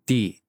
第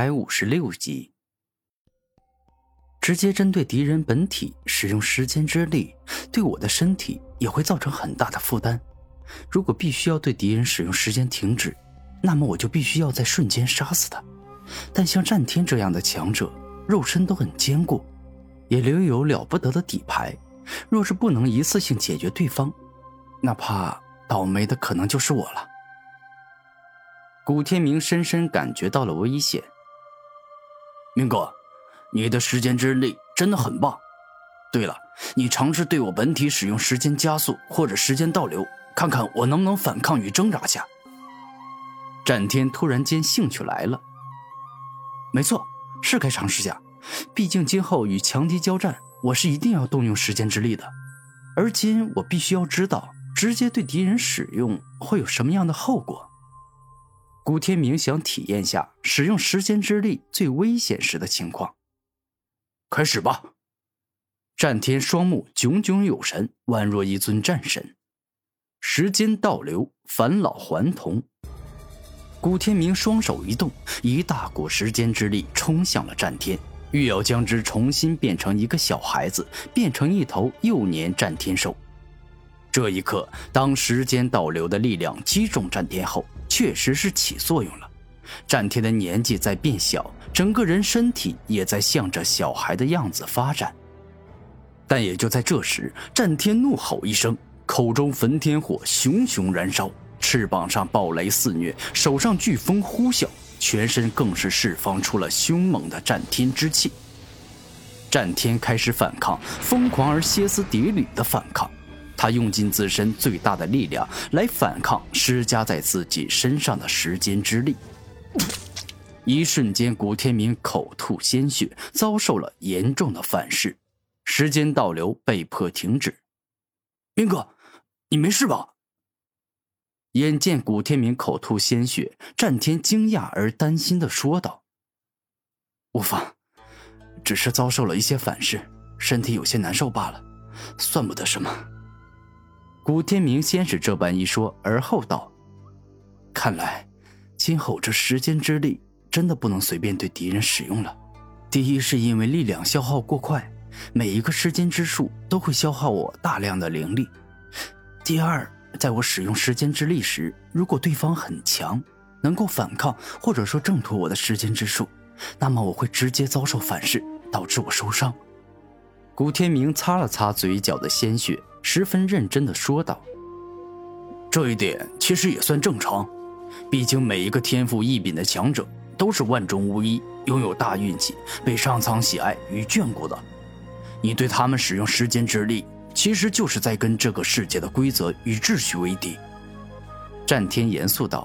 256集。直接针对敌人本体使用时间之力，对我的身体也会造成很大的负担。如果必须要对敌人使用时间停止，那么我就必须要在瞬间杀死他。但像战天这样的强者，肉身都很坚固，也留有了不得的底牌。若是不能一次性解决对方，那怕倒霉的可能就是我了。古天明深深感觉到了危险。 明哥，你的时间之力真的很棒。对了，你尝试对我本体使用时间加速或者时间倒流，看看我能不能反抗与挣扎下。 战天突然间兴趣来了。没错，是该尝试下，毕竟今后与强敌交战，我是一定要动用时间之力的。而今我必须要知道，直接对敌人使用会有什么样的后果。古天明想体验下使用时间之力最危险时的情况。 开始吧。 战天双目炯炯有神，宛若一尊战神。时间倒流，返老还童。古天明双手一动，一大股时间之力冲向了战天，欲要将之重新变成一个小孩子，变成一头幼年战天兽。这一刻，当时间倒流的力量击中战天后，确实是起作用了。战天的年纪在变小，整个人身体也在向着小孩的样子发展。但也就在这时，战天怒吼一声，口中焚天火熊熊燃烧，翅膀上暴雷肆虐，手上飓风呼啸，全身更是释放出了凶猛的战天之气。战天开始反抗，疯狂而歇斯底里的反抗。他用尽自身最大的力量来反抗施加在自己身上的时间之力。一瞬间，古天明口吐鲜血，遭受了严重的反噬，时间倒流被迫停止。 明哥，你没事吧？ 眼见古天明口吐鲜血，战天惊讶而担心地说道：无妨，只是遭受了一些反噬，身体有些难受罢了，算不得什么。古天明先是这般一说，而后道：看来今后这时间之力真的不能随便对敌人使用了。第一是因为力量消耗过快，每一个时间之数都会消耗我大量的灵力。第二，在我使用时间之力时，如果对方很强，能够反抗或者说挣脱我的时间之术，那么我会直接遭受反噬，导致我受伤。古天明擦了擦嘴角的鲜血，十分认真地说道： 这一点其实也算正常，毕竟每一个天赋异禀的强者都是万中无一，拥有大运气，被上苍喜爱与眷顾的。你对他们使用时间之力，其实就是在跟这个世界的规则与秩序为敌。 战天严肃道：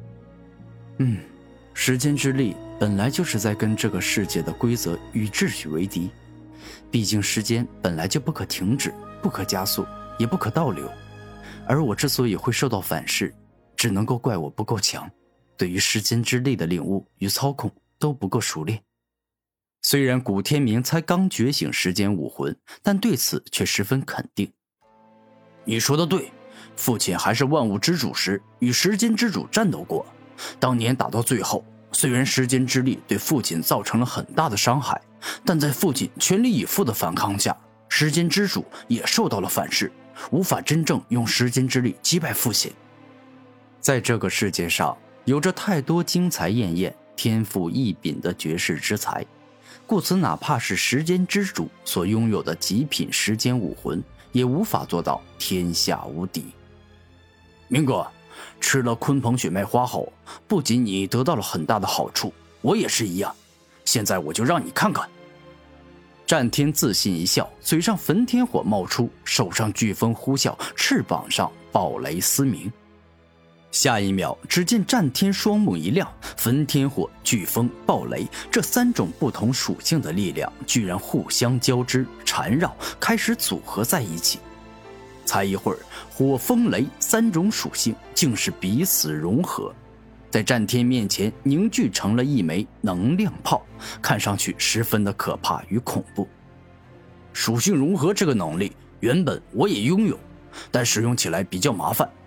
时间之力本来就是在跟这个世界的规则与秩序为敌，毕竟时间本来就不可停止，不可加速，也不可倒流。而我之所以会受到反噬，只能够怪我不够强，对于时间之力的领悟与操控都不够熟练。虽然古天明才刚觉醒时间武魂，但对此却十分肯定。 你说的对，父亲还是万物之主时与时间之主战斗过，当年打到最后，虽然时间之力对父亲造成了很大的伤害，但在父亲全力以赴的反抗下，时间之主也受到了反噬，无法真正用时间之力击败父亲。 在这个世界上，有着太多精彩艳艳、天赋异禀的绝世之才，故此哪怕是时间之主所拥有的极品时间武魂，也无法做到天下无敌。 明哥，吃了鲲鹏血脉花后，不仅你得到了很大的好处，我也是一样。现在我就让你看看。 战天自信一笑，嘴上焚天火冒出，手上飓风呼啸，翅膀上暴雷嘶鸣。下一秒，只见战天双目一亮，焚天火、飓风、暴雷这三种不同属性的力量居然互相交织缠绕，开始组合在一起。才一会儿，火、风、雷三种属性竟是彼此融合，在战天面前凝聚成了一枚能量炮，看上去十分的可怕与恐怖。 属性融合这个能力，原本我也拥有，但使用起来比较麻烦。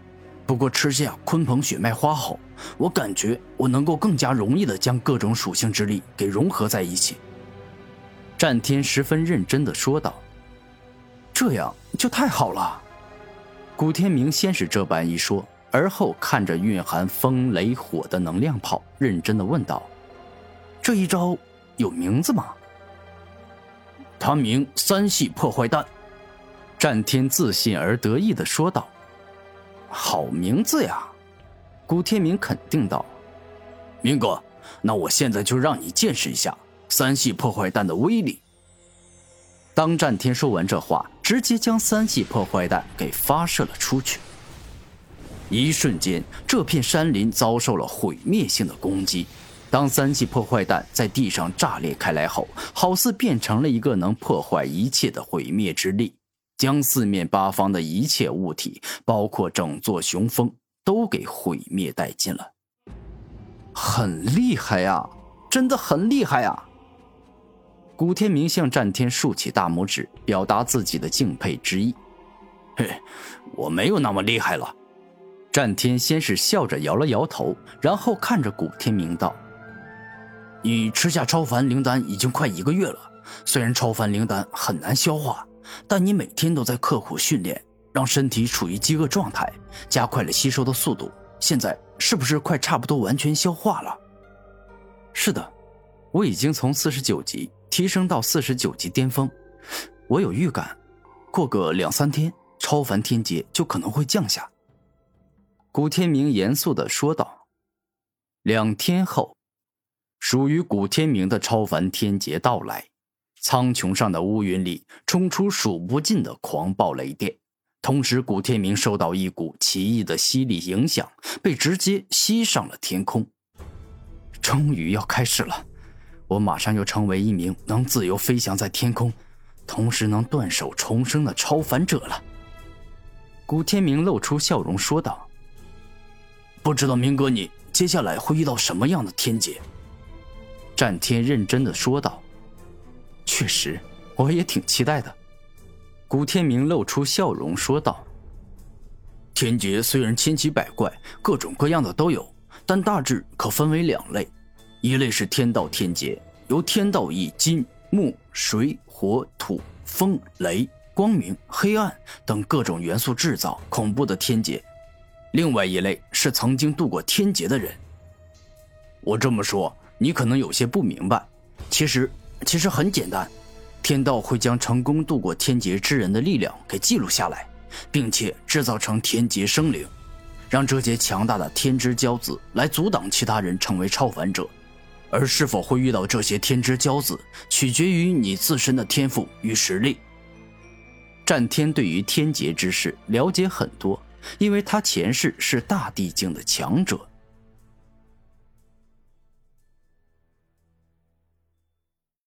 不过吃下鲲鹏血脉花后，我感觉我能够更加容易地将各种属性之力给融合在一起。 战天十分认真地说道。这样就太好了。古天明先是这般一说，而后看着蕴含风雷火的能量炮，认真地问道：这一招有名字吗？ 它名三系破坏弹。 战天自信而得意地说道。好名字呀，古天明肯定道。 明哥，那我现在就让你见识一下三系破坏弹的威力。 当战天说完这话，直接将三系破坏弹给发射了出去。一瞬间，这片山林遭受了毁灭性的攻击。当三系破坏弹在地上炸裂开来后，好似变成了一个能破坏一切的毁灭之力，将四面八方的一切物体，包括整座雄峰，都给毁灭殆尽了。很厉害呀，真的很厉害呀！古天明向战天竖起大拇指，表达自己的敬佩之意。 嘿，我没有那么厉害了。 战天先是笑着摇了摇头，然后看着古天明道： 你吃下超凡灵丹已经快1个月了，虽然超凡灵丹很难消化，但你每天都在刻苦训练，让身体处于饥饿状态，加快了吸收的速度，现在是不是快差不多完全消化了？ 是的，我已经从49级提升到49级巅峰，我有预感，过个2-3天，超凡天劫就可能会降下。古天明严肃地说道。2天后，属于古天明的超凡天劫到来，苍穹上的乌云里冲出数不尽的狂暴雷电，同时古天明受到一股奇异的吸力影响，被直接吸上了天空。终于要开始了，我马上要成为一名能自由飞翔在天空，同时能断手重生的超凡者了。古天明露出笑容说道。 不知道明哥你接下来会遇到什么样的天劫？ 战天认真地说道。确实，我也挺期待的。古天明露出笑容说道。 天劫虽然千奇百怪，各种各样的都有，但大致可分为2类。一类是天道天劫，由天道以金、木、水、火、土、风、雷、光明、黑暗等各种元素制造恐怖的天劫。另外一类是曾经度过天劫的人。我这么说，你可能有些不明白，其实很简单，天道会将成功度过天劫之人的力量给记录下来，并且制造成天劫生灵，让这些强大的天之骄子来阻挡其他人成为超凡者。而是否会遇到这些天之骄子，取决于你自身的天赋与实力。 战天对于天劫之事了解很多，因为他前世是大地境的强者，